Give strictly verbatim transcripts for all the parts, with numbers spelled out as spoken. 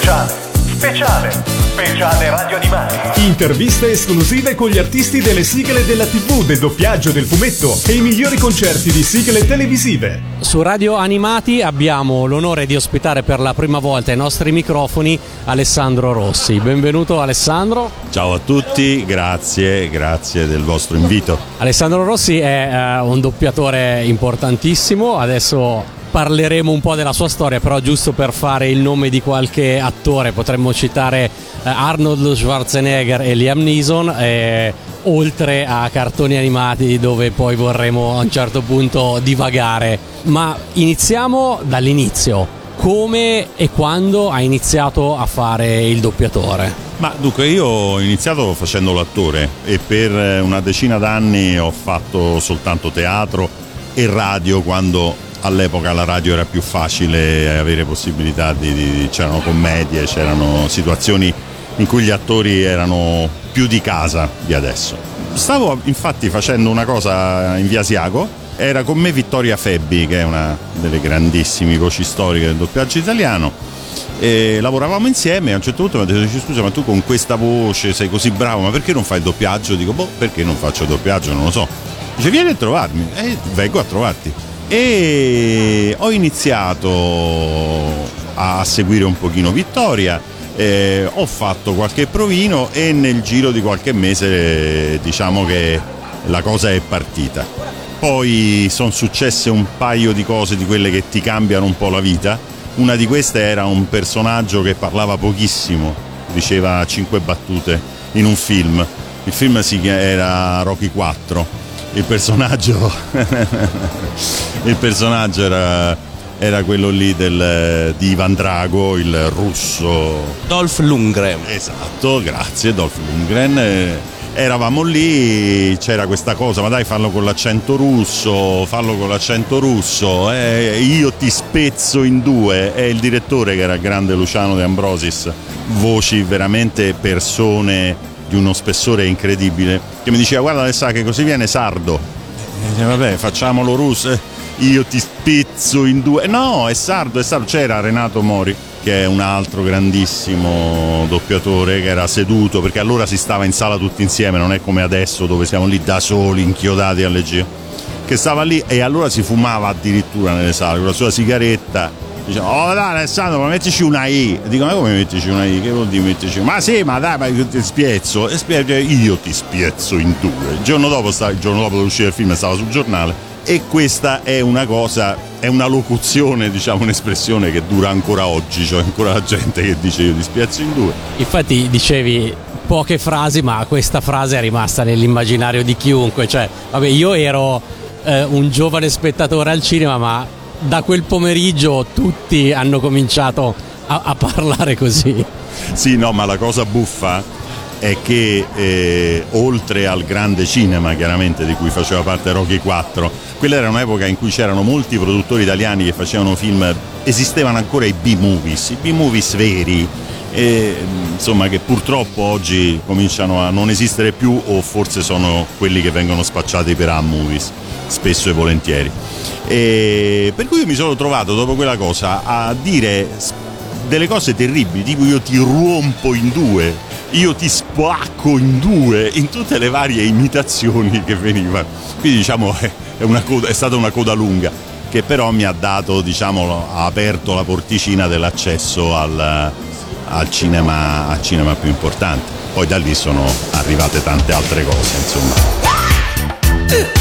Speciale, speciale, speciale Radio Animati. Interviste esclusive con gli artisti delle sigle della tivù, del doppiaggio, del fumetto e i migliori concerti di sigle televisive. Su Radio Animati abbiamo l'onore di ospitare per la prima volta ai nostri microfoni Alessandro Rossi. Benvenuto Alessandro. Ciao a tutti, grazie, grazie del vostro invito. Alessandro Rossi è eh, un doppiatore importantissimo, adesso parleremo un po' della sua storia, però giusto per fare il nome di qualche attore potremmo citare eh, Arnold Schwarzenegger e Liam Neeson, eh, oltre a cartoni animati dove poi vorremmo a un certo punto divagare. Ma iniziamo dall'inizio. Come e quando hai iniziato a fare il doppiatore? Ma dunque, io ho iniziato facendo l'attore e per una decina d'anni ho fatto soltanto teatro e radio, quando all'epoca la radio era più facile avere possibilità di, di c'erano commedie, c'erano situazioni in cui gli attori erano più di casa di adesso. Stavo infatti facendo una cosa in Via Asiago, era con me Vittoria Febbi, che è una delle grandissime voci storiche del doppiaggio italiano, e lavoravamo insieme. A un certo punto mi ha detto: scusa, ma tu con questa voce sei così bravo, ma perché non fai il doppiaggio? Dico: boh, perché non faccio il doppiaggio? Non lo so. Dice: vieni a trovarmi. E vengo a trovarti. E ho iniziato a seguire un pochino Vittoria, eh, ho fatto qualche provino e nel giro di qualche mese eh, diciamo che la cosa è partita. Poi sono successe un paio di cose di quelle che ti cambiano un po' la vita. Una di queste era un personaggio che parlava pochissimo, diceva cinque battute in un film. Il film si chiama, era Rocky quattro. Il personaggio il personaggio era, era quello lì del, di Ivan Drago, il russo Dolph Lundgren. Esatto, grazie, Dolph Lundgren. Eh, eravamo lì, c'era questa cosa: ma dai, fallo con l'accento russo, fallo con l'accento russo, eh, io ti spezzo in due. È il direttore, che era il grande Luciano De Ambrosis, voci veramente, persone di uno spessore incredibile, che mi diceva: guarda Alessandro, che così viene sardo. E diceva: vabbè, facciamolo russo, io ti spezzo in due. No, è sardo, è sardo. C'era Renato Mori, che è un altro grandissimo doppiatore, che era seduto, perché allora si stava in sala tutti insieme, non è come adesso dove siamo lì da soli, inchiodati alle G, che stava lì e allora si fumava addirittura nelle sale con la sua sigaretta. Diciamo: oh dai Alessandro, ma mettici una I. Dico: ma come mettici una I? Che vuol dire mettici? Ma sì, ma dai, ma io ti spiezzo. E spiezzo, io ti spiezzo in due. Il giorno dopo, stava, il giorno dopo dell'uscita del film, stava sul giornale. E questa è una cosa, è una locuzione, diciamo, un'espressione che dura ancora oggi. C'è ancora la gente che dice: io ti spiezzo in due. Infatti dicevi poche frasi, ma questa frase è rimasta nell'immaginario di chiunque. Cioè, vabbè, io ero eh, un giovane spettatore al cinema, ma da quel pomeriggio tutti hanno cominciato a, a parlare così. Sì, no, ma la cosa buffa è che eh, oltre al grande cinema, chiaramente, di cui faceva parte Rocky quattro, quella era un'epoca in cui c'erano molti produttori italiani che facevano film, esistevano ancora i B-movies, i B-movies veri, e, insomma, che purtroppo oggi cominciano a non esistere più, o forse sono quelli che vengono spacciati per A-movies, spesso e volentieri. E per cui io mi sono trovato dopo quella cosa a dire delle cose terribili, tipo: io ti rompo in due, io ti spacco in due, in tutte le varie imitazioni che venivano. Quindi, diciamo, è, una coda, è stata una coda lunga, che però mi ha dato, diciamo, ha aperto la porticina dell'accesso al, al cinema, al cinema più importante. Poi da lì sono arrivate tante altre cose, insomma.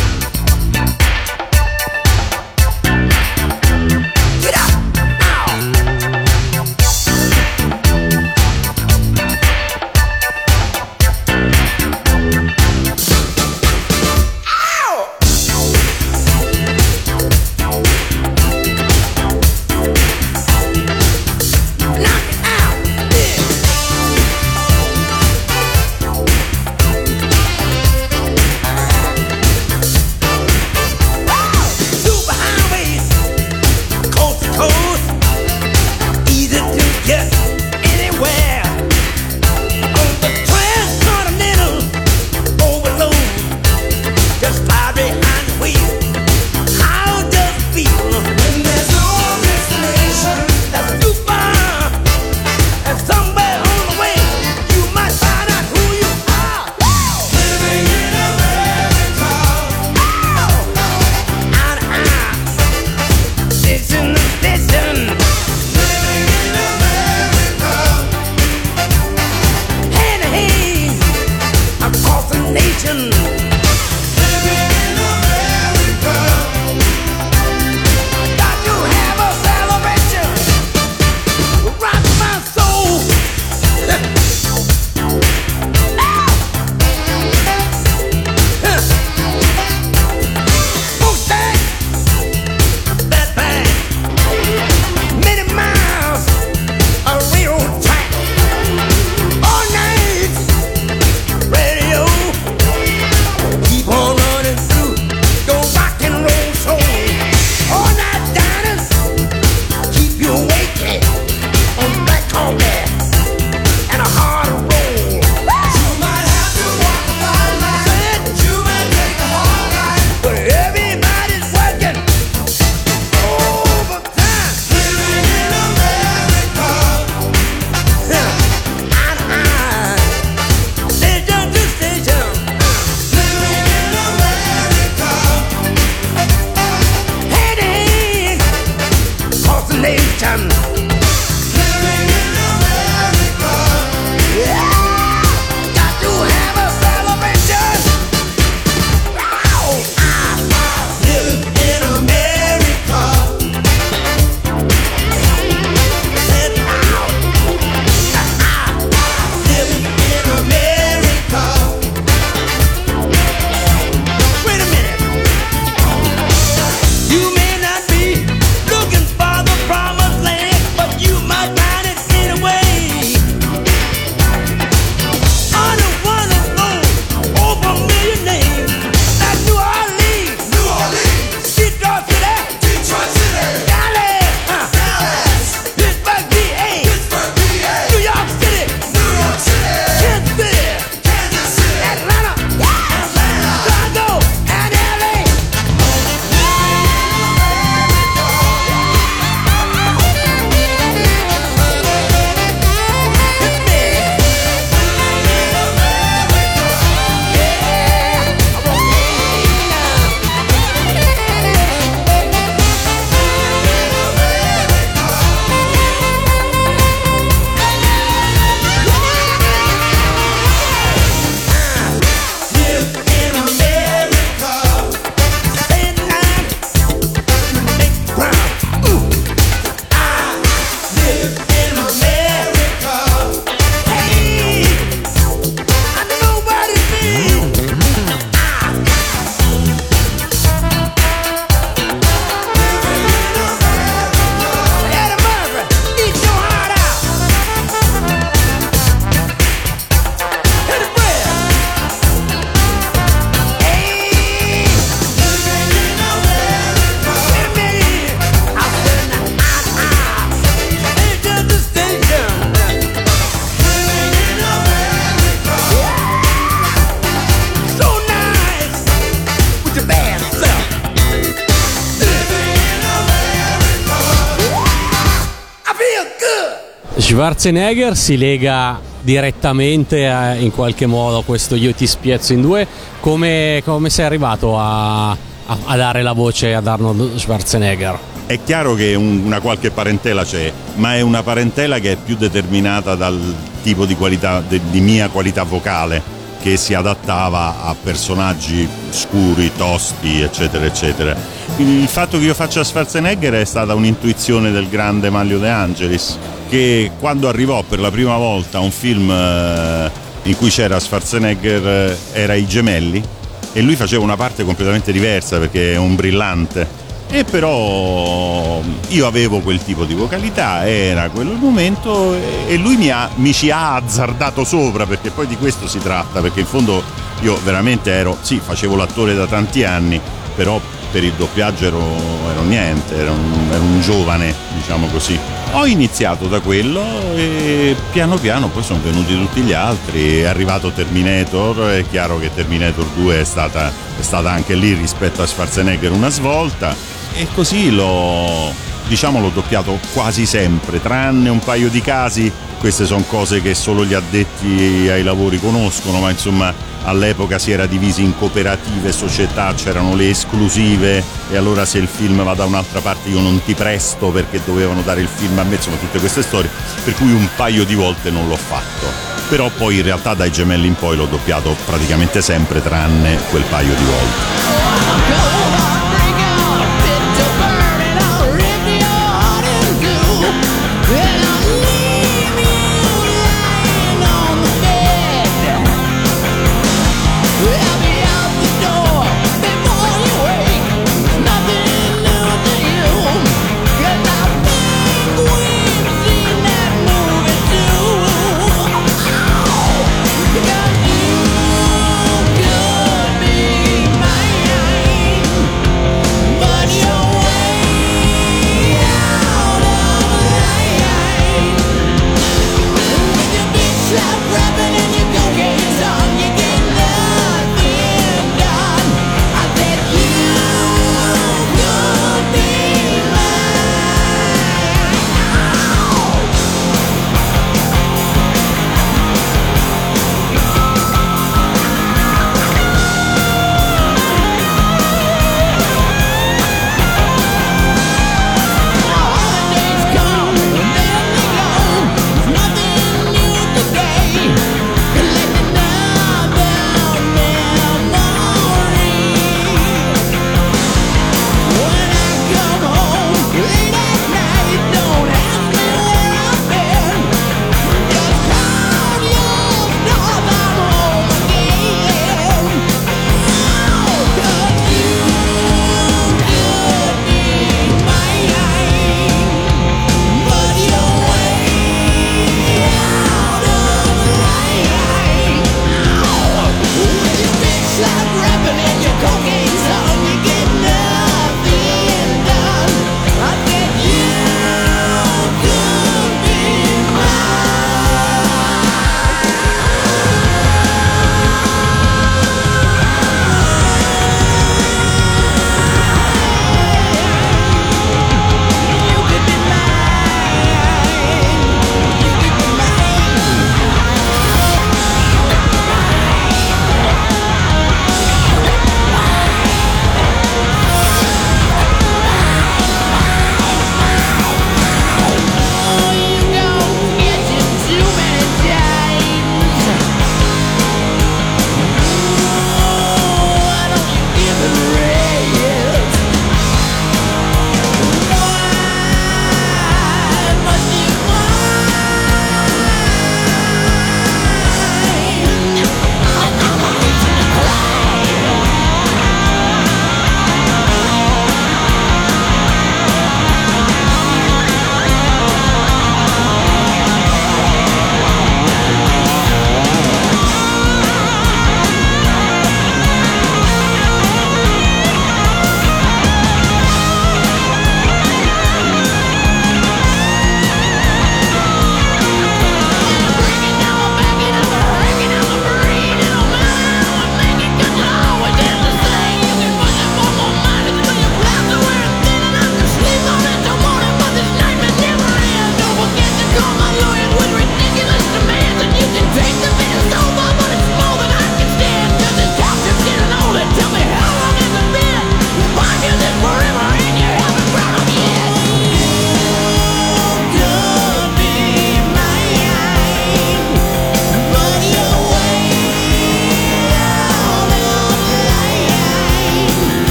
Schwarzenegger si lega direttamente a, in qualche modo a questo Io ti spiezzo in due. Come, come sei arrivato a, a, a dare la voce ad Arnold Schwarzenegger? È chiaro che un, una qualche parentela c'è, ma è una parentela che è più determinata dal tipo di qualità, de, di mia qualità vocale, che si adattava a personaggi scuri, tosti, eccetera, eccetera. Il fatto che io faccia Schwarzenegger è stata un'intuizione del grande Manlio De Angelis, che quando arrivò per la prima volta a un film eh, in cui c'era Schwarzenegger, eh, era I Gemelli, e lui faceva una parte completamente diversa perché è un brillante. E però io avevo quel tipo di vocalità, era quello il momento, e lui mi, ha, mi ci ha azzardato sopra, perché poi di questo si tratta, perché in fondo io veramente ero, sì, facevo l'attore da tanti anni, però per il doppiaggio ero, ero niente, ero un, ero un giovane, diciamo così. Ho iniziato da quello e piano piano poi sono venuti tutti gli altri, è arrivato Terminator, è chiaro che Terminator due è stata, è stata anche lì rispetto a Schwarzenegger una svolta, e così l'ho, diciamo, l'ho doppiato quasi sempre, tranne un paio di casi. Queste sono cose che solo gli addetti ai lavori conoscono, ma insomma all'epoca si era divisi in cooperative, società, c'erano le esclusive, e allora se il film va da un'altra parte io non ti presto perché dovevano dare il film a me, insomma tutte queste storie, per cui un paio di volte non l'ho fatto. Però poi in realtà dai Gemelli in poi l'ho doppiato praticamente sempre, tranne quel paio di volte.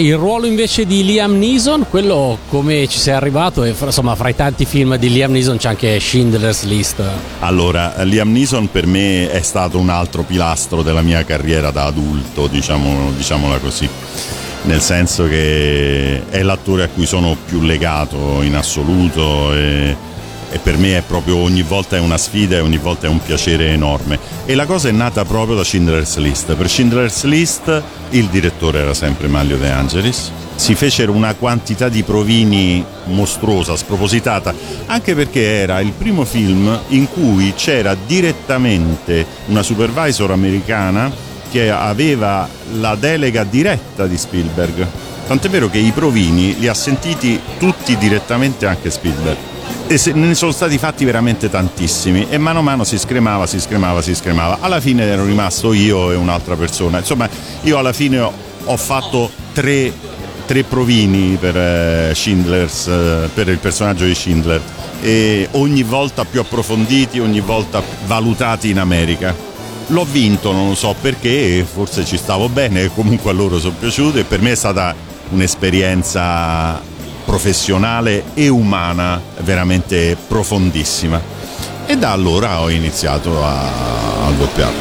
il ruolo invece di Liam Neeson, quello come ci sei arrivato? E insomma, fra i tanti film di Liam Neeson c'è anche Schindler's List. Allora, Liam Neeson per me è stato un altro pilastro della mia carriera da adulto, diciamo, diciamola così. Nel senso che è l'attore a cui sono più legato in assoluto e, e per me è proprio ogni volta è una sfida e ogni volta è un piacere enorme. E la cosa è nata proprio da Schindler's List. Per Schindler's List il direttore era sempre Manlio De Angelis. Si fecero una quantità di provini mostruosa, spropositata, anche perché era il primo film in cui c'era direttamente una supervisor americana che aveva la delega diretta di Spielberg. Tant'è vero che i provini li ha sentiti tutti direttamente anche Spielberg. E se, ne sono stati fatti veramente tantissimi e mano a mano si scremava, si scremava, si scremava. Alla fine ero rimasto io e un'altra persona. Insomma, io alla fine ho, ho fatto tre, tre provini per eh, Schindler's, eh, per il personaggio di Schindler, e ogni volta più approfonditi, ogni volta valutati in America. L'ho vinto, non lo so perché, forse ci stavo bene, comunque a loro sono piaciuti e per me è stata un'esperienza professionale e umana veramente profondissima. E da allora ho iniziato a, a doppiare.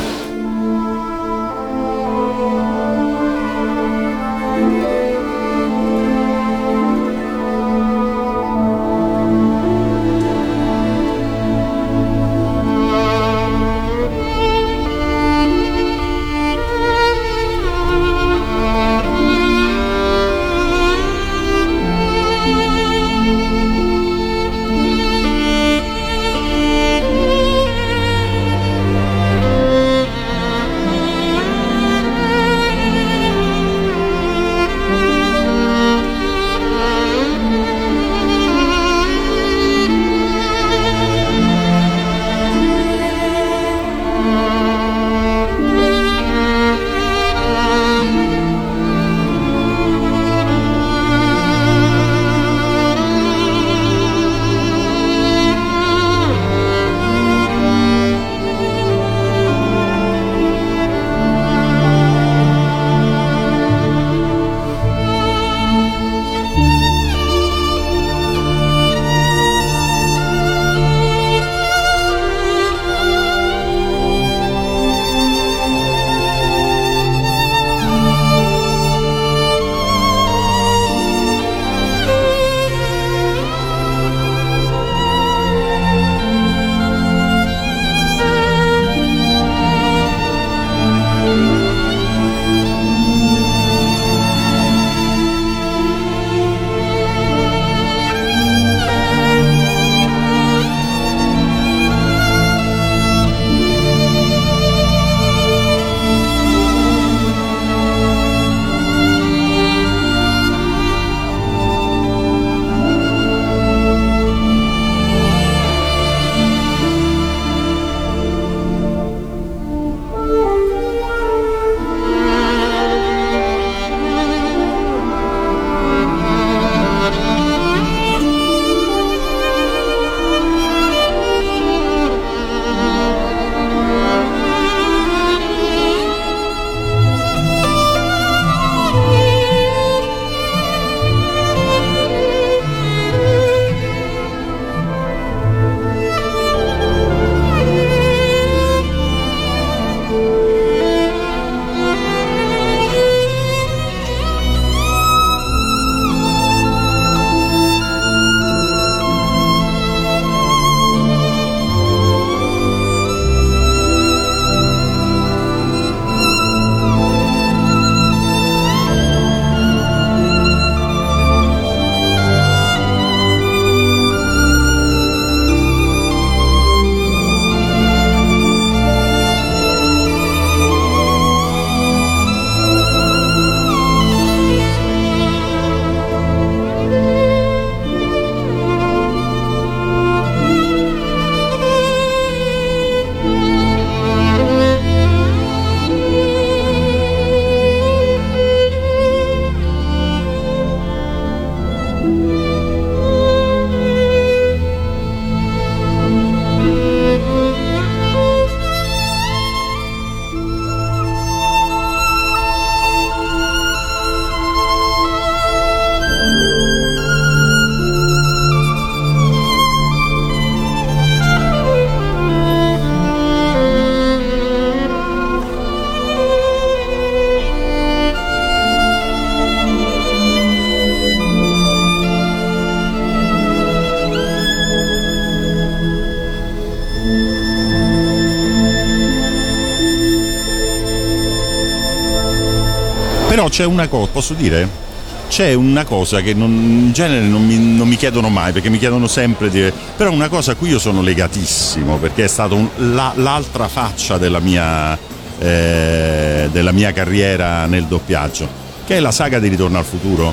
Però c'è una cosa, posso dire? C'è una cosa che non, in genere non mi, non mi chiedono mai, perché mi chiedono sempre di, però una cosa a cui io sono legatissimo, perché è stata un, la, l'altra faccia della mia, eh, della mia carriera nel doppiaggio, che è la saga di Ritorno al futuro.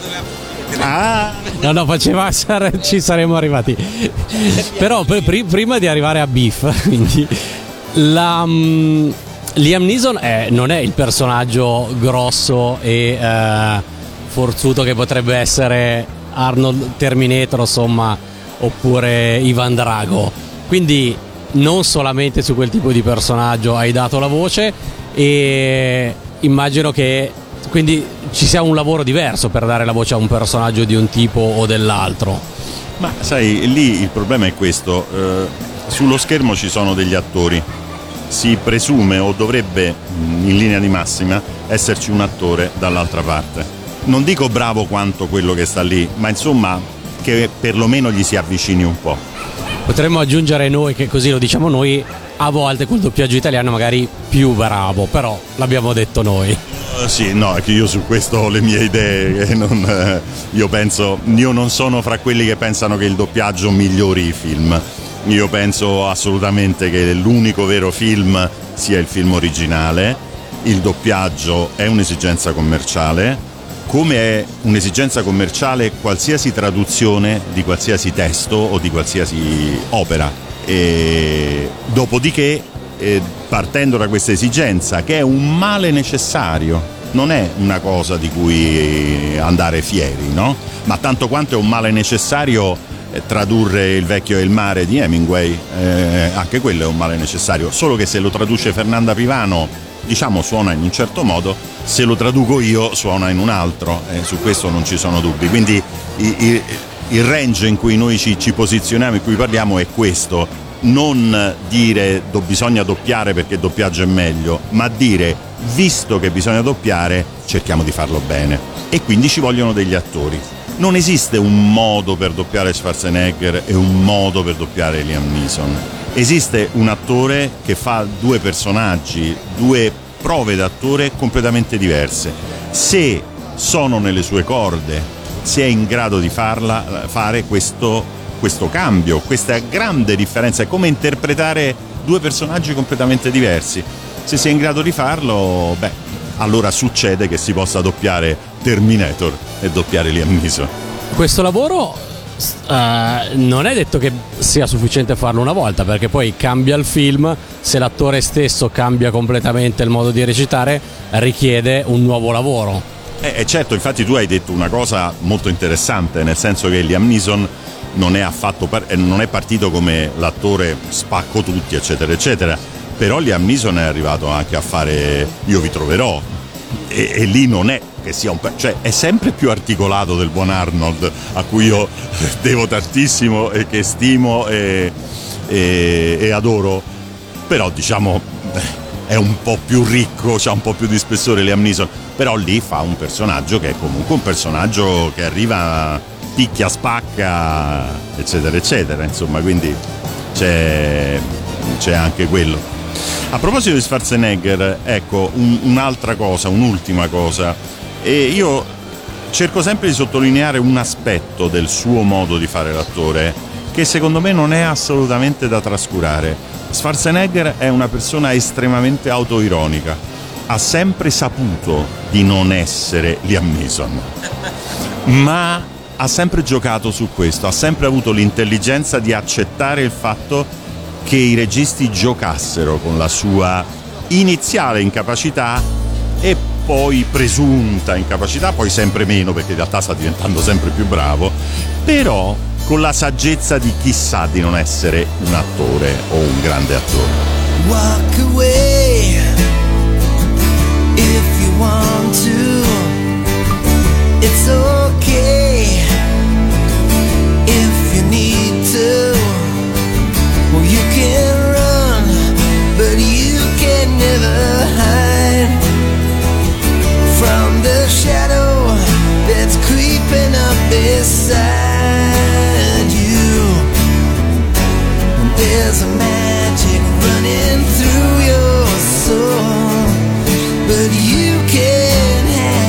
Ah. No, no, faceva, ci saremmo arrivati. Però per, prima di arrivare a Biff, quindi la, um, Liam Neeson è, non è il personaggio grosso e uh, forzuto che potrebbe essere Arnold Terminator, insomma, oppure Ivan Drago. Quindi non solamente su quel tipo di personaggio hai dato la voce, e immagino che quindi ci sia un lavoro diverso per dare la voce a un personaggio di un tipo o dell'altro. Ma sai, lì il problema è questo, eh, sullo schermo ci sono degli attori, si presume o dovrebbe in linea di massima esserci un attore dall'altra parte. Non dico bravo quanto quello che sta lì, ma insomma che perlomeno gli si avvicini un po'. Potremmo aggiungere noi, che così lo diciamo noi, a volte col doppiaggio italiano magari più bravo, però l'abbiamo detto noi. Uh, sì, no, è che io su questo ho le mie idee, non, eh, io penso, io non sono fra quelli che pensano che il doppiaggio migliori i film. Io penso assolutamente che l'unico vero film sia il film originale. Il doppiaggio è un'esigenza commerciale, come è un'esigenza commerciale qualsiasi traduzione di qualsiasi testo o di qualsiasi opera. E dopodiché, eh, partendo da questa esigenza, che è un male necessario, non è una cosa di cui andare fieri, no? Ma tanto quanto è un male necessario eh, tradurre Il vecchio e il mare di Hemingway, eh, anche quello è un male necessario, solo che se lo traduce Fernanda Pivano, diciamo, suona in un certo modo, se lo traduco io suona in un altro, e eh, su questo non ci sono dubbi. Quindi i, i, il range in cui noi ci, ci posizioniamo, in cui parliamo, è questo: non dire do, bisogna doppiare perché il doppiaggio è meglio, ma dire, visto che bisogna doppiare, cerchiamo di farlo bene, e quindi ci vogliono degli attori. Non esiste un modo per doppiare Schwarzenegger e un modo per doppiare Liam Neeson. Esiste un attore che fa due personaggi, due prove d'attore completamente diverse. Se sono nelle sue corde, se è in grado di farla, fare questo, questo cambio, questa grande differenza, è come interpretare due personaggi completamente diversi. Se sei in grado di farlo, beh, allora succede che si possa doppiare Terminator e doppiare Liam Neeson. Questo lavoro Uh, non è detto che sia sufficiente farlo una volta, perché poi cambia il film, se l'attore stesso cambia completamente il modo di recitare, richiede un nuovo lavoro. Eh, certo, infatti tu hai detto una cosa molto interessante, nel senso che Liam Neeson non è affatto par- non è partito come l'attore spacco tutti, eccetera eccetera, però Liam Neeson è arrivato anche a fare Io vi troverò, e, e lì non è che sia un pe- cioè è sempre più articolato del buon Arnold, a cui io devo tantissimo e che stimo e, e, e adoro, però diciamo è un po' più ricco, c'ha un po' più di spessore Liam Neeson, però lì fa un personaggio che è comunque un personaggio che arriva, picchia, spacca, eccetera eccetera, insomma, quindi c'è, c'è anche quello. A proposito di Schwarzenegger, ecco, un, un'altra cosa, un'ultima cosa. E io cerco sempre di sottolineare un aspetto del suo modo di fare l'attore che secondo me non è assolutamente da trascurare. Schwarzenegger è una persona estremamente autoironica, ha sempre saputo di non essere Liam Neeson, ma ha sempre giocato su questo, ha sempre avuto l'intelligenza di accettare il fatto che i registi giocassero con la sua iniziale incapacità e poi presunta incapacità, poi sempre meno perché in realtà sta diventando sempre più bravo, però con la saggezza di chi sa di non essere un attore o un grande attore. Walk away if you want to, it's okay if you need to, well you can run but you can never hide from the shadow that's creeping up beside you. There's a magic running through your soul, but you can't have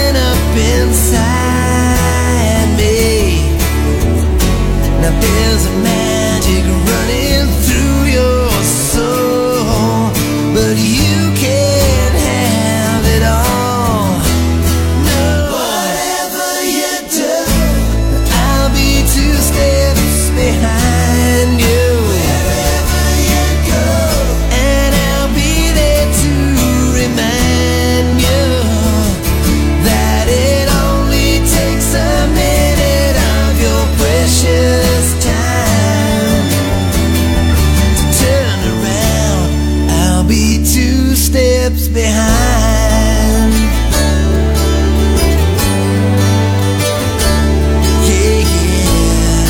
burning up inside me. Now there's a magic running through your soul, but you can't have it all. No, whatever you do, I'll be two steps behind you. Wherever you go, and I'll be there to remind you that it only takes a minute of your precious time to turn around. I'll be two steps behind. Yeah, yeah.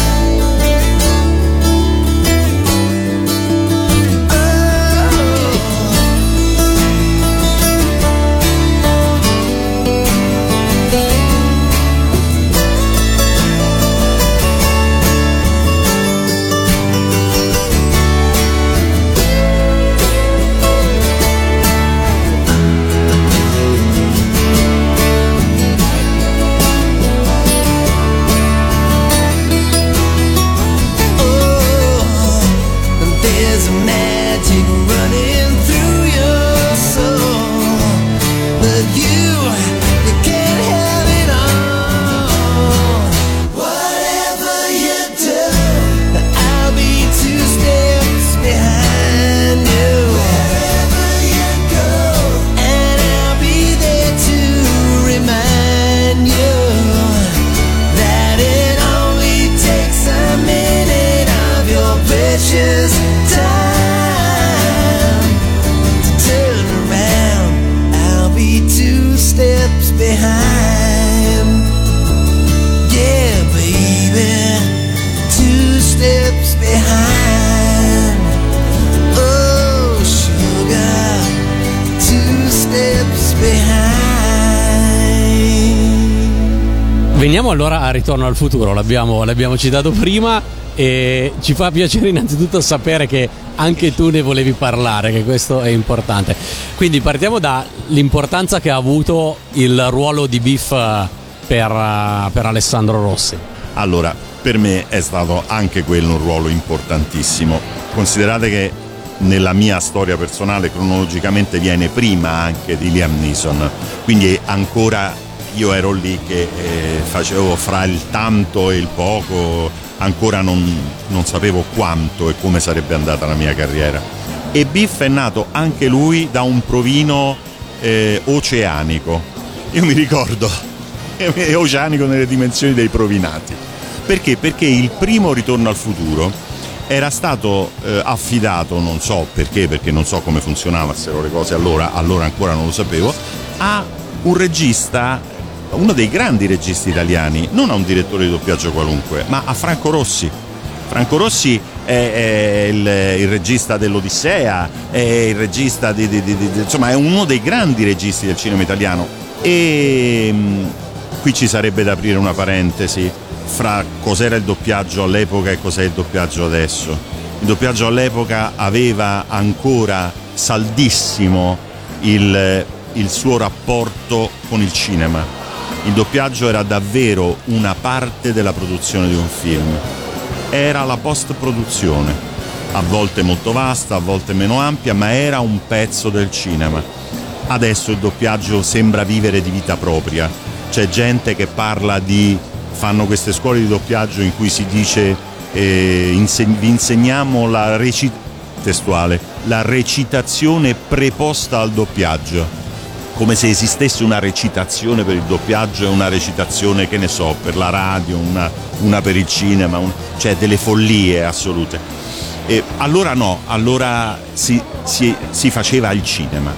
Oh, there's a magic running through your soul, but you, you can't have it all. Whatever you do, I'll be two steps behind you. Wherever you go, and I'll be there to remind you that it only takes a minute of your precious time to turn around. I'll be two steps behind. Yeah, baby, two steps behind. Oh, sugar, two steps behind. Veniamo allora a Ritorno al futuro, l'abbiamo, l'abbiamo citato prima e ci fa piacere innanzitutto sapere che anche tu ne volevi parlare, che questo è importante. Quindi partiamo dall'importanza che ha avuto il ruolo di Biff eh, per, eh, per Alessandro Rossi. Allora, per me è stato anche quello un ruolo importantissimo. Considerate che nella mia storia personale cronologicamente viene prima anche di Liam Neeson, quindi ancora io ero lì che eh, facevo fra il tanto e il poco, ancora non, non sapevo quanto e come sarebbe andata la mia carriera. E Biff è nato anche lui da un provino eh, oceanico. Io mi ricordo, è oceanico nelle dimensioni dei provinati. Perché? Perché il primo Ritorno al futuro era stato eh, affidato, non so perché, perché non so come funzionassero le cose allora, allora ancora non lo sapevo, a un regista, uno dei grandi registi italiani, non a un direttore di doppiaggio qualunque, ma a Franco Rossi. Franco Rossi è, è il, il regista dell'Odissea, è il regista di, di, di, di, insomma è uno dei grandi registi del cinema italiano. E mh, qui ci sarebbe da aprire una parentesi fra cos'era il doppiaggio all'epoca e cos'è il doppiaggio adesso. Il doppiaggio all'epoca aveva ancora saldissimo il, il suo rapporto con il cinema. Il doppiaggio era davvero una parte della produzione di un film. Era la post-produzione, a volte molto vasta, a volte meno ampia, ma era un pezzo del cinema. Adesso il doppiaggio sembra vivere di vita propria. C'è gente che parla di... fanno queste scuole di doppiaggio in cui si dice eh, inseg- vi insegniamo la reci- testuale, la recitazione preposta al doppiaggio. Come se esistesse una recitazione per il doppiaggio e una recitazione, che ne so, per la radio, una, una per il cinema, un, cioè delle follie assolute. E allora no, allora si, si, si faceva il cinema.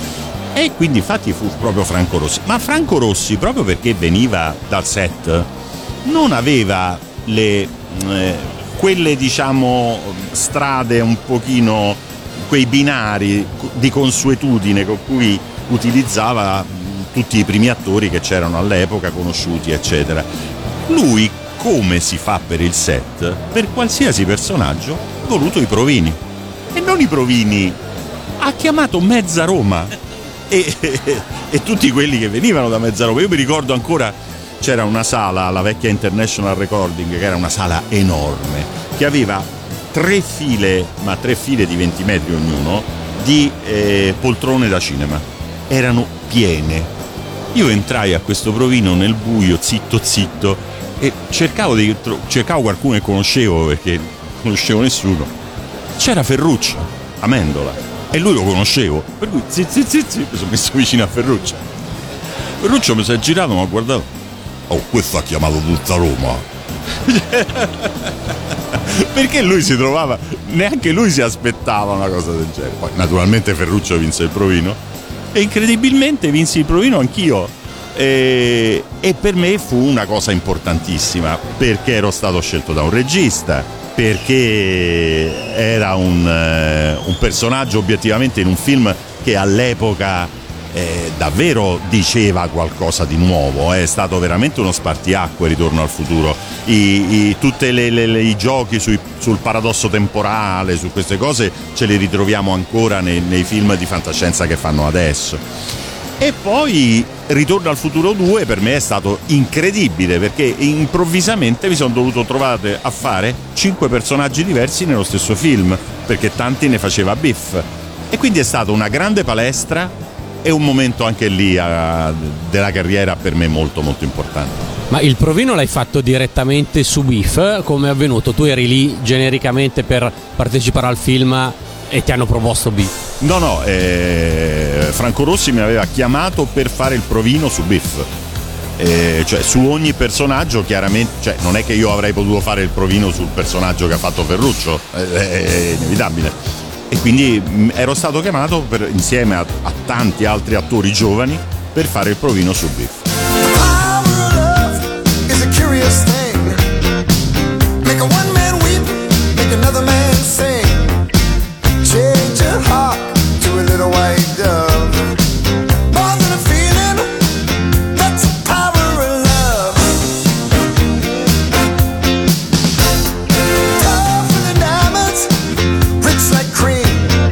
E quindi infatti fu proprio Franco Rossi. Ma Franco Rossi, proprio perché veniva dal set, non aveva le, eh, quelle diciamo strade un pochino, quei binari di consuetudine con cui utilizzava tutti i primi attori che c'erano all'epoca, conosciuti eccetera. Lui, come si fa per il set, per qualsiasi personaggio ha voluto i provini, e non i provini, ha chiamato mezza Roma, e, e, e tutti quelli che venivano da Mezzaloma. Io mi ricordo ancora, c'era una sala, la vecchia International Recording, che era una sala enorme, che aveva tre file, ma tre file di venti metri ognuno, di eh, poltrone da cinema. Erano piene. Io entrai a questo provino nel buio, zitto zitto, e cercavo, di, cercavo qualcuno che conoscevo, perché non conoscevo nessuno. C'era Ferruccio, Amendola, e lui lo conoscevo, per cui zi, zi, zi, zi, mi sono messo vicino a Ferruccio. Ferruccio mi si è girato, mi ha guardato. Oh, questo ha chiamato tutta Roma. Perché lui si trovava, neanche lui si aspettava una cosa del genere. Poi naturalmente Ferruccio vinse il provino e incredibilmente vinsi il provino anch'io, e, e per me fu una cosa importantissima, perché ero stato scelto da un regista, perché era un, uh, un personaggio obiettivamente in un film che all'epoca Eh, davvero diceva qualcosa di nuovo. È stato veramente uno spartiacque Ritorno al futuro. I, i, tutti i giochi sui, sul paradosso temporale, su queste cose ce li ritroviamo ancora nei, nei film di fantascienza che fanno adesso. E poi Ritorno al futuro due per me è stato incredibile, perché improvvisamente mi sono dovuto trovare a fare cinque personaggi diversi nello stesso film, perché tanti ne faceva Biff, e quindi è stata una grande palestra. È un momento anche lì uh, della carriera per me molto molto importante. Ma il provino l'hai fatto direttamente su Biff? Come è avvenuto? Tu eri lì genericamente per partecipare al film e ti hanno proposto Biff? No, no, eh, Franco Rossi mi aveva chiamato per fare il provino su Biff. Eh, cioè su ogni personaggio, chiaramente, cioè non è che io avrei potuto fare il provino sul personaggio che ha fatto Ferruccio, eh, è inevitabile. E quindi ero stato chiamato per, insieme a, a tanti altri attori giovani, per fare il provino su Biff.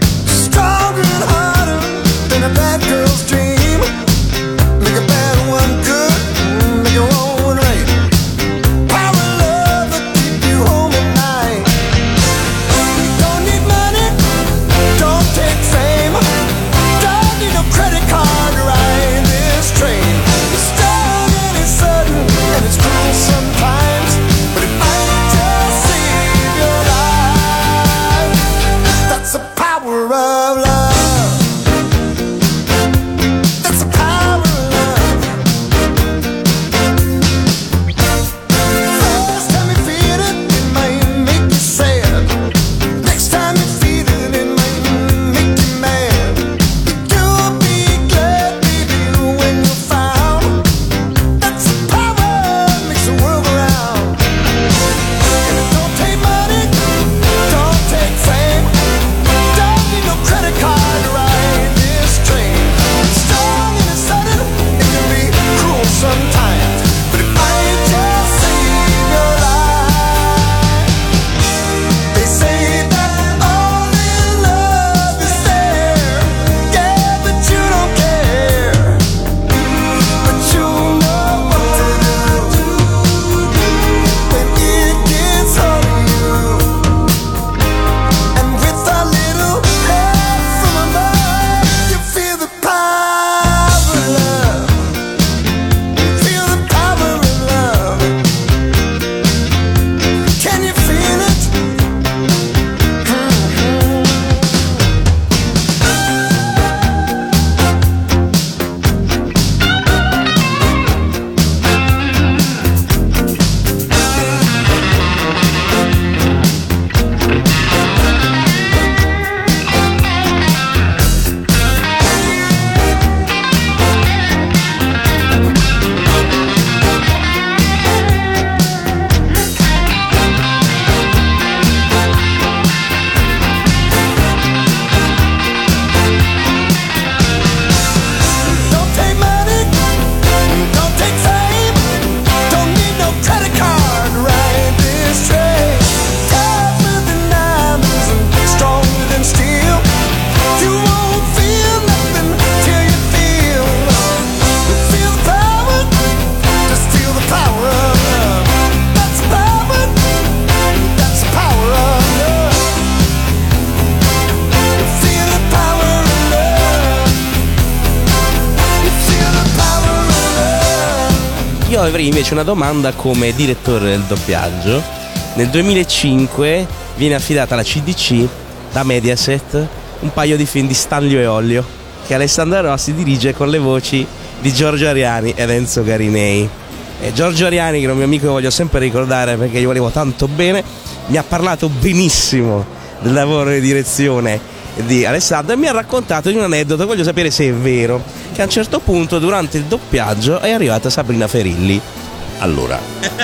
Bad girl's dream, make a bad one Io avrei invece una domanda come direttore del doppiaggio. Nel duemilacinque viene affidata alla C D C da Mediaset un paio di film di Stanlio e Ollio che Alessandra Rossi dirige con le voci di Giorgio Ariani ed Enzo Garinei. E Giorgio Ariani, che è un mio amico che voglio sempre ricordare perché gli volevo tanto bene, mi ha parlato benissimo del lavoro di direzione di Alessandro e mi ha raccontato di un aneddoto, voglio sapere se è vero, che a un certo punto durante il doppiaggio è arrivata Sabrina Ferilli. Allora,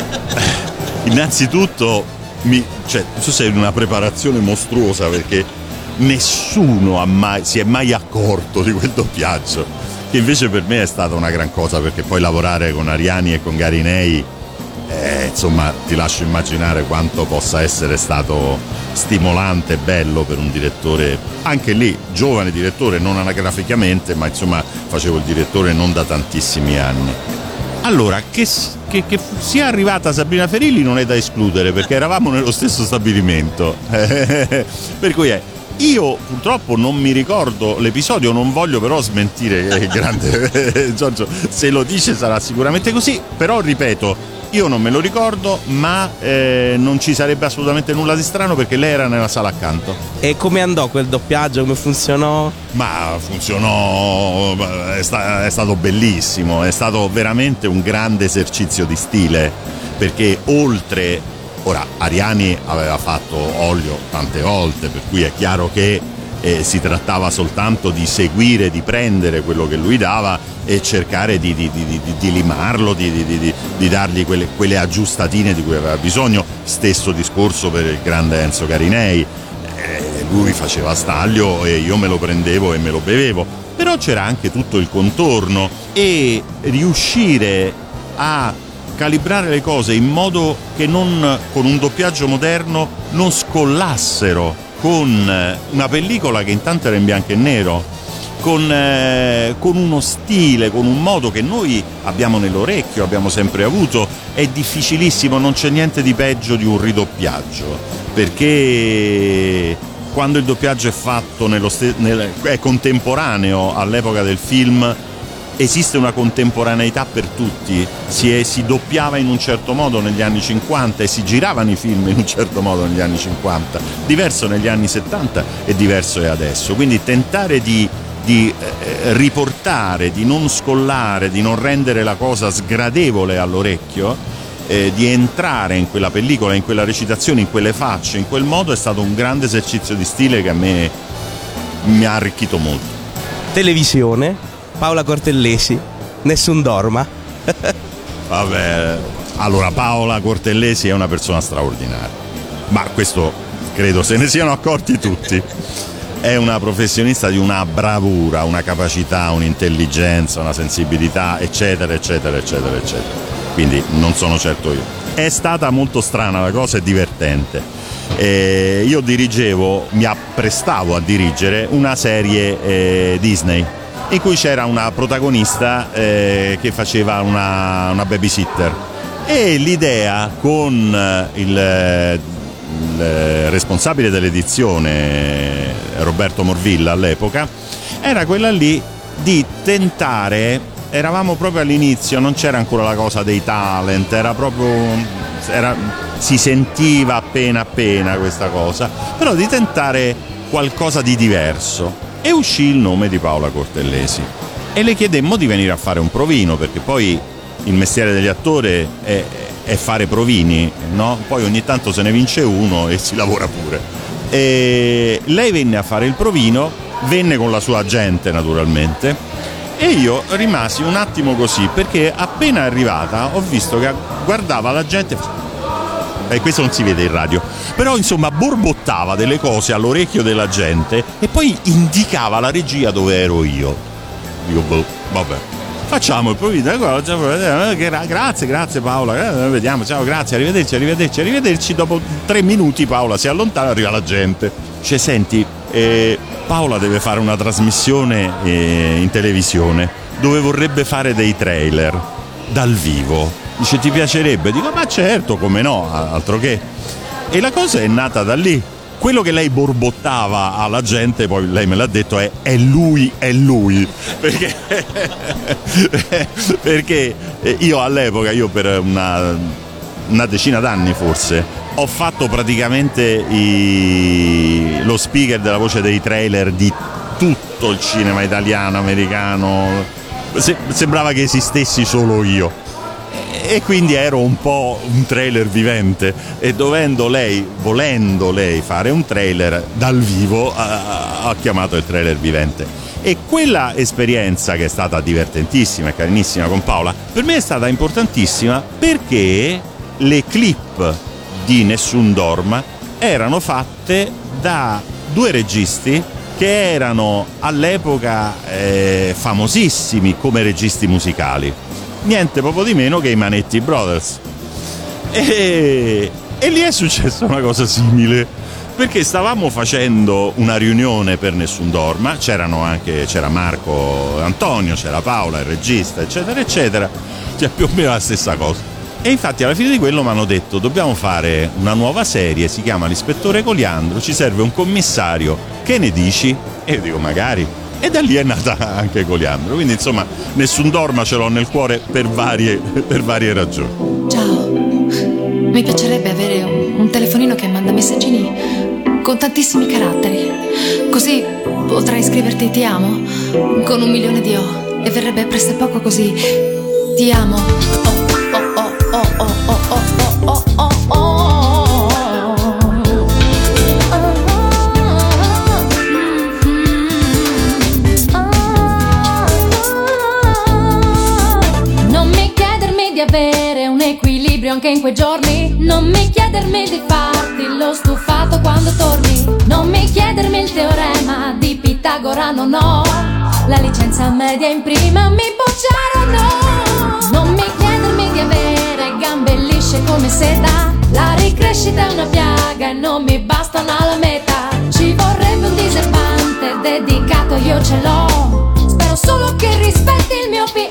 innanzitutto mi, cioè, tu sei in una preparazione mostruosa perché nessuno ha mai, si è mai accorto di quel doppiaggio, che invece per me è stata una gran cosa, perché poi lavorare con Ariani e con Garinei, eh, insomma, ti lascio immaginare quanto possa essere stato stimolante e bello per un direttore, anche lì giovane direttore, non anagraficamente, ma insomma facevo il direttore non da tantissimi anni. Allora, che, che, che sia arrivata Sabrina Ferilli non è da escludere, perché eravamo nello stesso stabilimento. Per cui è, io purtroppo non mi ricordo l'episodio, non voglio però smentire il grande Giorgio, se lo dice sarà sicuramente così, però ripeto, io non me lo ricordo, ma eh, non ci sarebbe assolutamente nulla di strano perché lei era nella sala accanto. E come andò quel doppiaggio? Come funzionò? Ma funzionò, è, sta, è stato bellissimo, è stato veramente un grande esercizio di stile, perché oltre, ora Ariani aveva fatto Ollio tante volte, per cui è chiaro che eh, si trattava soltanto di seguire, di prendere quello che lui dava e cercare di, di, di, di, di limarlo, di, di, di, di dargli quelle, quelle aggiustatine di cui aveva bisogno. Stesso discorso per il grande Enzo Garinei, eh, lui faceva Stanlio e io me lo prendevo e me lo bevevo, però c'era anche tutto il contorno, e riuscire a calibrare le cose in modo che non, con un doppiaggio moderno, non scollassero con una pellicola che intanto era in bianco e nero, Con, eh, con uno stile, con un modo che noi abbiamo nell'orecchio, abbiamo sempre avuto. È difficilissimo, non c'è niente di peggio di un ridoppiaggio, perché quando il doppiaggio è fatto nello st- nel, è contemporaneo all'epoca del film, esiste una contemporaneità per tutti. Si, è, si doppiava in un certo modo negli anni cinquanta e si giravano i film in un certo modo negli anni cinquanta, diverso negli anni settanta e diverso è adesso. Quindi tentare di di eh, riportare, di non scollare, di non rendere la cosa sgradevole all'orecchio, eh, di entrare in quella pellicola, in quella recitazione, in quelle facce, in quel modo, è stato un grande esercizio di stile che a me mi ha arricchito molto. Televisione, Paola Cortellesi, Nessun dorma. Vabbè, allora Paola Cortellesi è una persona straordinaria, ma questo credo se ne siano accorti tutti. È una professionista di una bravura, una capacità, un'intelligenza, una sensibilità, eccetera, eccetera, eccetera, eccetera. Quindi non sono certo io. È stata molto strana la cosa e divertente. E io dirigevo, mi apprestavo a dirigere una serie eh, Disney, in cui c'era una protagonista eh, che faceva una, una babysitter. E l'idea con il, il responsabile dell'edizione, Roberto Morvilla all'epoca, era quella lì di tentare, eravamo proprio all'inizio, non c'era ancora la cosa dei talent, era proprio, era, si sentiva appena appena questa cosa, però di tentare qualcosa di diverso, e uscì il nome di Paola Cortellesi e le chiedemmo di venire a fare un provino, perché poi il mestiere degli attori è, è fare provini, no? Poi ogni tanto se ne vince uno e si lavora pure. E lei venne a fare il provino, venne con la sua agente naturalmente, e io rimasi un attimo così, perché appena arrivata ho visto che guardava la gente, e questo non si vede in radio, però insomma borbottava delle cose all'orecchio della gente e poi indicava la regia dove ero io. Dico, boh, vabbè, facciamo il provino, grazie, grazie Paola, vediamo, ciao, grazie, arrivederci, arrivederci, arrivederci. Dopo tre minuti Paola si allontana, arriva la gente. Cioè, senti, eh, Paola deve fare una trasmissione eh, in televisione dove vorrebbe fare dei trailer dal vivo. Dice, ti piacerebbe? Dico, ma certo, come no, altro che. E la cosa è nata da lì. quello che lei borbottava alla gente, poi lei me l'ha detto, è è lui, è lui, perché, perché io all'epoca, io per una, una decina d'anni forse, ho fatto praticamente i, lo speaker della voce dei trailer di tutto il cinema italiano, americano, Se, sembrava che esistessi solo io. E quindi ero un po' un trailer vivente, e dovendo lei, volendo lei fare un trailer dal vivo, ha, ha chiamato il trailer vivente. E quella esperienza, che è stata divertentissima e carinissima con Paola, per me è stata importantissima, perché le clip di Nessun Dorma erano fatte da due registi che erano all'epoca eh, famosissimi come registi musicali. Niente proprio di meno che i Manetti Brothers. E, e lì è successa una cosa simile, perché stavamo facendo una riunione per Nessun Dorma, c'erano anche, c'era Marco Antonio, c'era Paola, il regista, eccetera eccetera, cioè più o meno la stessa cosa. E infatti alla fine di quello mi hanno detto: dobbiamo fare una nuova serie, si chiama L'Ispettore Coliandro, ci serve un commissario, che ne dici? E io dico magari. E da lì è nata anche Coliandro, quindi insomma Nessun Dorma ce l'ho nel cuore per varie, per varie ragioni. Ciao, mi piacerebbe avere un, un telefonino che manda messaggini con tantissimi caratteri, così potrei scriverti ti amo con un milione di O, e verrebbe presto poco così. Ti amo. Oh, oh, oh, oh, oh, oh, oh, oh, oh, oh. Di avere un equilibrio anche in quei giorni. Non mi chiedermi di farti lo stufato quando torni. Non mi chiedermi il teorema di Pitagora, no no. La licenza media in prima mi bocciarono. Non mi chiedermi di avere gambe lisce come seta. La ricrescita è una piaga e non mi basta una lametta. Ci vorrebbe un diserbante dedicato, io ce l'ho. Spero solo che rispetti il mio pH.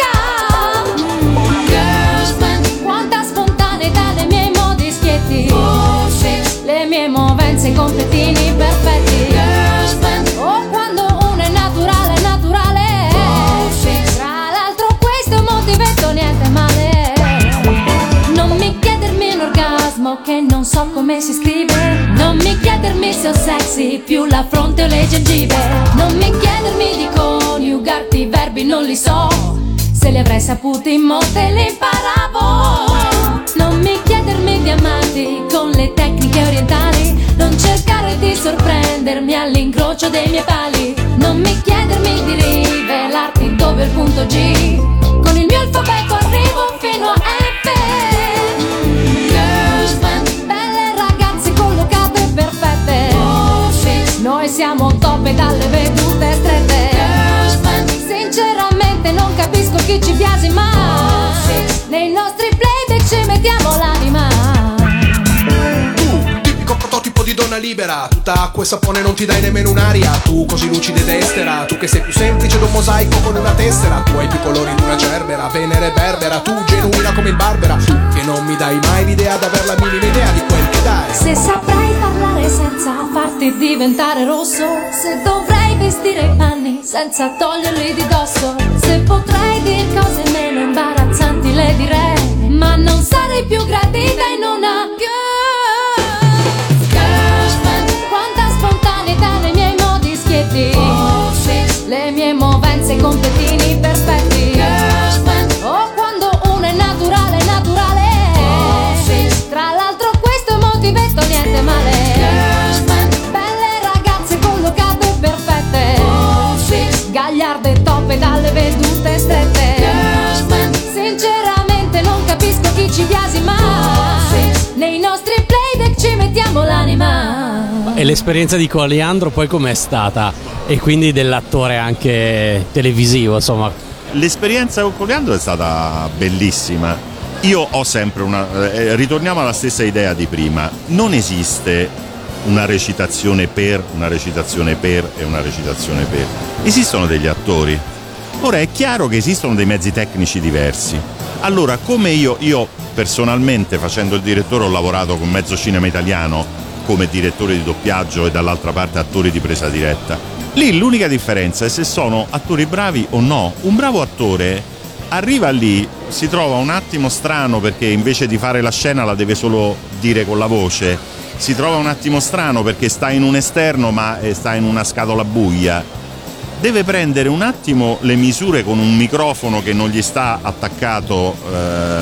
Quanta spontaneità nei miei modi schietti. Oh, le mie movenze con pettini perfetti. Oh, quando uno è naturale, è naturale. Oh, tra l'altro questo è un motivetto, niente male. Non mi chiedermi un orgasmo che non so come si scrive. Non mi chiedermi se ho sexy più la fronte o le gengive. Non mi chiedermi di coniugarti i verbi, non li so. Se li avrei saputi mo te li imparavo. Non mi chiedermi di amarti con le tecniche orientali. Non cercare di sorprendermi all'incrocio dei miei pali. Non mi chiedermi di rivelarti dove il punto G. Con il mio alfabeto arrivo fino a F. Girls band, belle ragazze collocate perfette. Noi siamo top e dalle vedute strette. Girls band, sinceramente non capisco chi ci biasima. Nei nostri playback ci mettiamo l'anima. Tu, tipico prototipo di donna libera. Tutta acqua e sapone, non ti dai nemmeno un'aria. Tu così lucida ed estera. Tu che sei più semplice di un mosaico con una tessera. Tu hai più colori di una gerbera, Venere berbera. Tu genuina come il Barbera. Tu che non mi dai mai l'idea d'aver la minima idea di quel che dai. Se saprai parlare senza farti diventare rosso. Se dovrei vestire i panni senza toglierli di dosso. Se potrei dir cose meno imbarazzanti le direi. Ma non sarei più gradita in una girl. Girls band, quanta spontaneità nei miei modi schietti. Oh, le mie movenze con pettini perfetti. Girls band, oh, quando uno è naturale, è naturale. Oh, tra l'altro questo è un motivetto, niente male. Girls band, belle ragazze collocate perfette. Oh, gagliarde toppe dalle vedute strette. Girls band, sinceramente non capisco chi ci biasima. Nei nostri playback ci mettiamo l'anima. E l'esperienza di Coliandro poi com'è stata? E quindi dell'attore anche televisivo, insomma. L'esperienza con Coliandro è stata bellissima. Io ho sempre una... Eh, ritorniamo alla stessa idea di prima. Non esiste una recitazione per, una recitazione per e una recitazione per. Esistono degli attori. Ora è chiaro che esistono dei mezzi tecnici diversi. Allora, come io, io personalmente facendo il direttore ho lavorato con mezzo cinema italiano, come direttore di doppiaggio e dall'altra parte attori di presa diretta. Lì l'unica differenza è se sono attori bravi o no. Un bravo attore arriva lì, si trova un attimo strano perché invece di fare la scena la deve solo dire con la voce, si trova un attimo strano perché sta in un esterno ma sta in una scatola buia, deve prendere un attimo le misure con un microfono che non gli sta attaccato eh,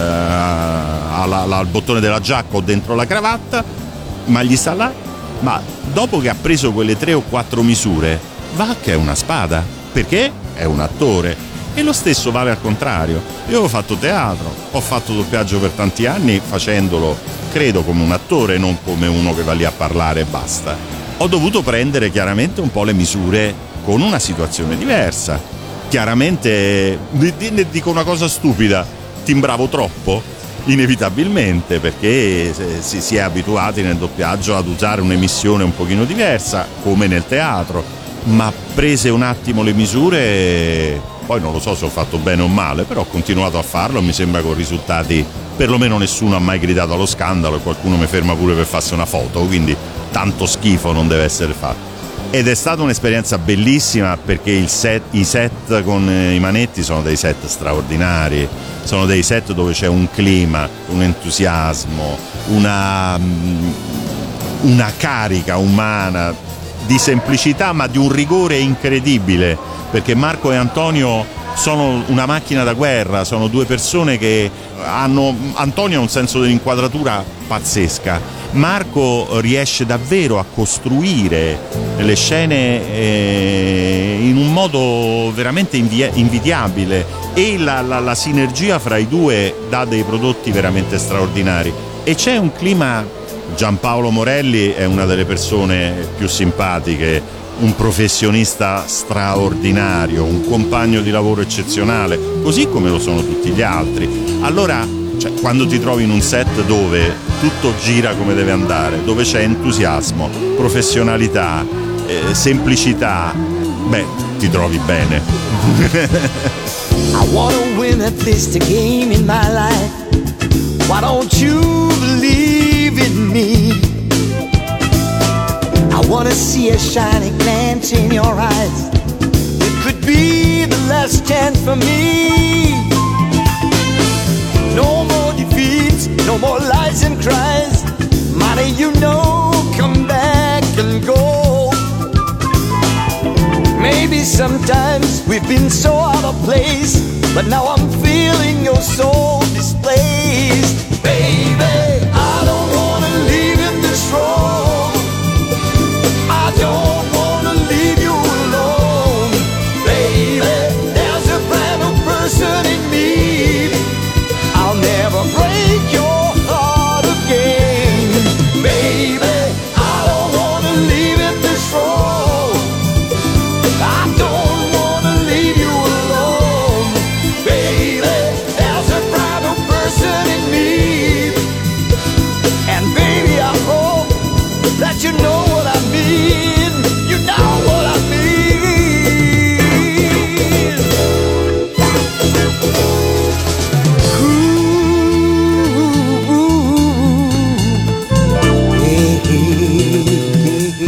alla, alla, al bottone della giacca o dentro la cravatta, ma gli sta là, ma dopo che ha preso quelle tre o quattro misure va che è una spada, perché è un attore. E lo stesso vale al contrario. Io ho fatto teatro, ho fatto doppiaggio per tanti anni facendolo, credo, come un attore, non come uno che va lì a parlare e basta. Ho dovuto prendere chiaramente un po' le misure con una situazione diversa. Chiaramente dico una cosa stupida, timbravo troppo, inevitabilmente, perché si, si è abituati nel doppiaggio ad usare un'emissione un pochino diversa, come nel teatro, ma prese un attimo le misure, poi non lo so se ho fatto bene o male, però ho continuato a farlo, mi sembra con risultati, perlomeno nessuno ha mai gridato allo scandalo e qualcuno mi ferma pure per farsi una foto, quindi tanto schifo non deve essere fatto. Ed è stata un'esperienza bellissima perché il set, i set con i manetti sono dei set straordinari, sono dei set dove c'è un clima, un entusiasmo, una, una carica umana di semplicità ma di un rigore incredibile, perché Marco e Antonio sono una macchina da guerra, sono due persone che hanno, Antonio ha un senso dell'inquadratura pazzesca, Marco riesce davvero a costruire le scene eh, in un modo veramente invi- invidiabile e la, la, la sinergia fra i due dà dei prodotti veramente straordinari e c'è un clima. Giampaolo Morelli è una delle persone più simpatiche, un professionista straordinario, un compagno di lavoro eccezionale, così come lo sono tutti gli altri. Allora, cioè, quando ti trovi in un set dove tutto gira come deve andare, dove c'è entusiasmo, professionalità, eh, semplicità, beh, ti trovi bene. I wanna win at least a game in my life. Why don't you believe in me? I wanna see a shiny glance in your eyes. It could be the last chance for me. No more defeats, no more lies and cries. Money, you know, come back and go. Maybe sometimes we've been so out of place, but now I'm feeling your soul displaced. Baby, I don't wanna leave in this road. I don't wanna leave you alone. Baby, there's a brand new person in me. I'll never break your heart again. Baby, I don't wanna leave in this road. I don't wanna leave you alone. Baby, there's a brand new person in me. And baby, I hope that you know what I mean. You know what I mean. Ooh, hey, hey, hey.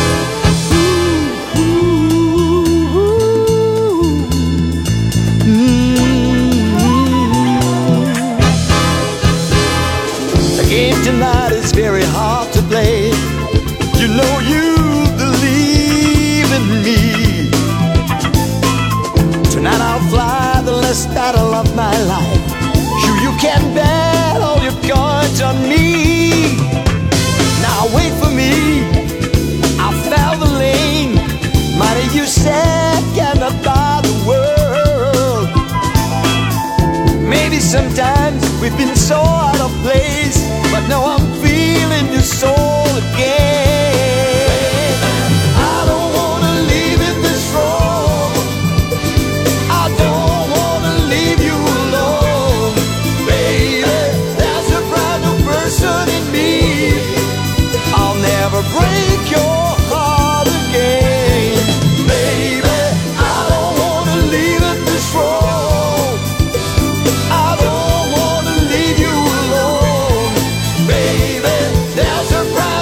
The game tonight is very hard to play. You know you believe in me. Tonight I'll fly the last battle of my life. You, you can bet all your cards on me. Now wait for me, I found the lane. Money you said cannot buy the world. Maybe sometimes we've been so out of place, but now I'm feeling your soul again. I don't wanna leave in this road. I don't wanna leave you alone. Baby, there's a brand new person in me. I'll never break your heart again. Baby, I don't wanna leave in this road. I don't wanna leave you alone. Baby, there's a bright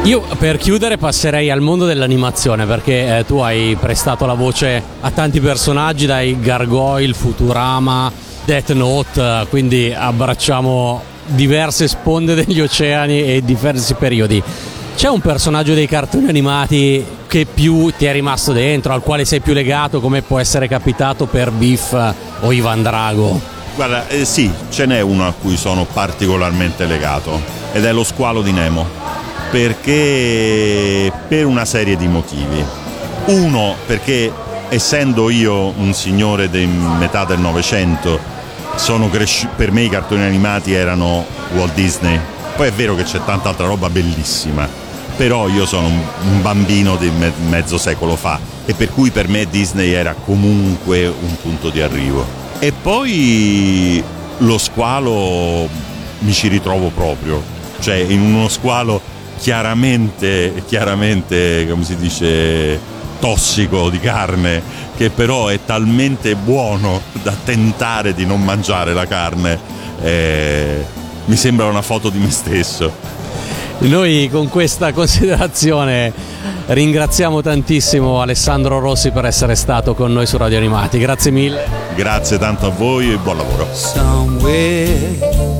Io per chiudere passerei al mondo dell'animazione, perché eh, tu hai prestato la voce a tanti personaggi, dai Gargoyle, Futurama, Death Note, quindi abbracciamo diverse sponde degli oceani e diversi periodi. C'è un personaggio dei cartoni animati che più ti è rimasto dentro, al quale sei più legato, come può essere capitato per Biff o Ivan Drago? Guarda, eh, sì, ce n'è uno a cui sono particolarmente legato ed è lo squalo di Nemo. Perché per una serie di motivi. Uno, perché essendo io un signore di metà del Novecento, sono cresci- per me i cartoni animati erano Walt Disney. Poi è vero che c'è tanta altra roba bellissima, però io sono un, un bambino di me- mezzo secolo fa e per cui per me Disney era comunque un punto di arrivo. E poi lo squalo mi ci ritrovo proprio, cioè in uno squalo chiaramente, chiaramente, come si dice, tossico di carne, che però è talmente buono da tentare di non mangiare la carne. Eh, mi sembra una foto di me stesso. Noi con questa considerazione ringraziamo tantissimo Alessandro Rossi per essere stato con noi su Radio Animati. Grazie mille. Grazie tanto a voi e buon lavoro. Somewhere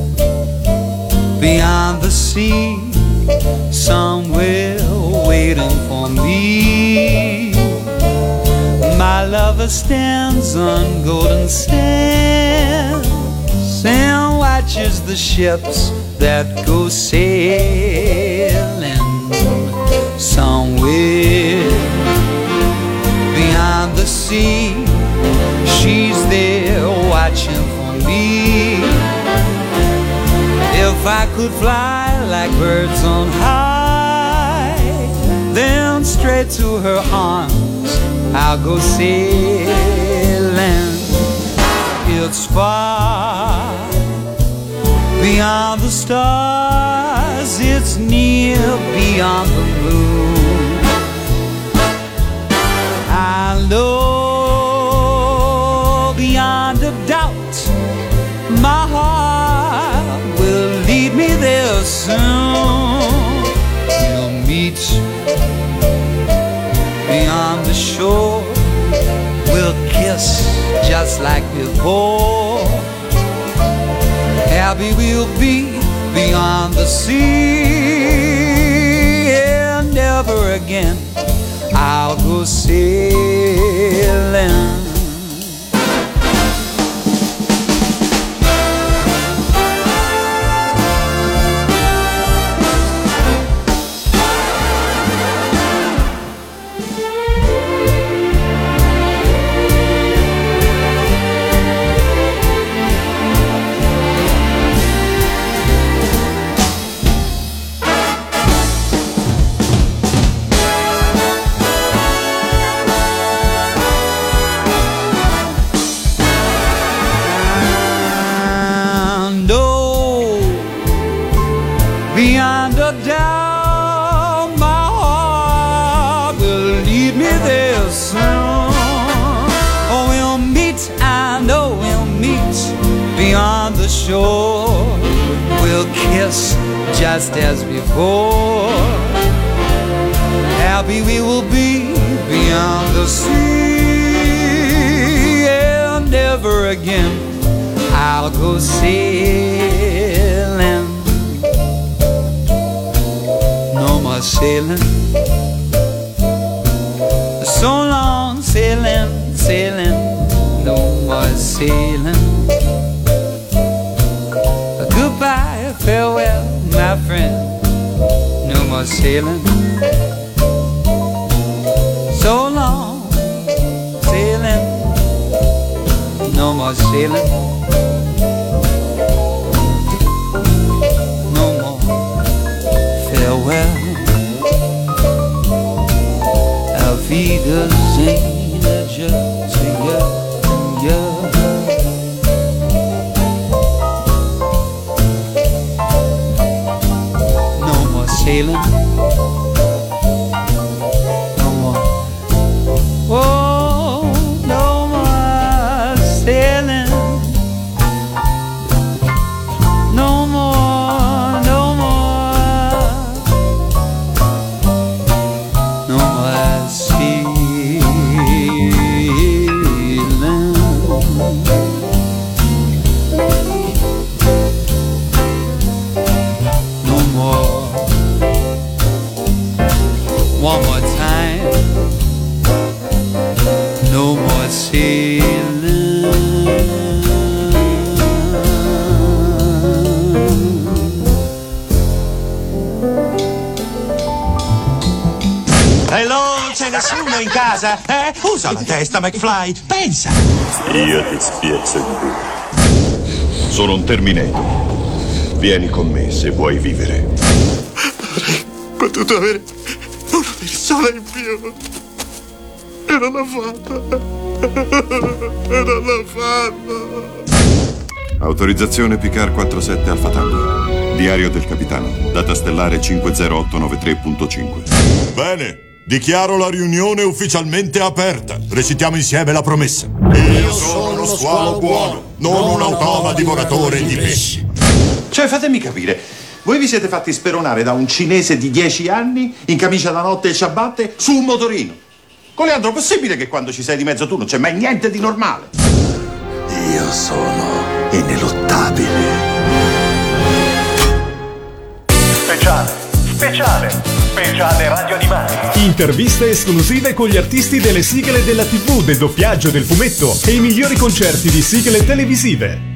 beyond the sea, somewhere waiting for me, my lover stands on golden sands and watches the ships that go sailing. Somewhere beyond the sea, she's there watching for me. If I could fly like birds on high, then straight to her arms I'll go sailing. It's far beyond the stars, it's near beyond the moon. I know beyond a doubt my heart will lead me there soon. We'll meet beyond the shore, we'll kiss just like before. Happy we'll be beyond the sea, and never again I'll go sailing. Beyond a doubt, my heart will lead me there soon. Oh, we'll meet, I know we'll meet beyond the shore. We'll kiss just as before. Happy we will be beyond the sea, and never again I'll go sailing. No more sailing, so long sailing, sailing, no more sailing. Goodbye, farewell, my friend, no more sailing. So long sailing, no more sailing. No more farewell. Auf Wiedersehen, adieu to you and you. No more sailing. No more. Oh, no more sailing. No more, no more. nessuno in casa? Eh? Usa la testa, McFly. Pensa. Io ti spiezzo in due. Sono un Terminator. Vieni con me se vuoi vivere. Avrei potuto avere una persona in più. E non l'ho fatta. E non l'ho fatta. Autorizzazione Picard quarantasette Alfa Tango. Diario del capitano. Data stellare cinque zero otto nove tre punto cinque. Bene, dichiaro la riunione ufficialmente aperta. Recitiamo insieme la promessa. Io sono uno squalo buono, non un automa divoratore di pesci. Cioè, fatemi capire, voi vi siete fatti speronare da un cinese di dieci anni in camicia da notte e ciabatte su un motorino. Coleandro, possibile che quando ci sei di mezzo tu non c'è mai niente di normale? Io sono ineluttabile. Speciale, speciale, speciale Radio Animati. Interviste esclusive con gli artisti delle sigle della tivù, del doppiaggio, del fumetto e i migliori concerti di sigle televisive.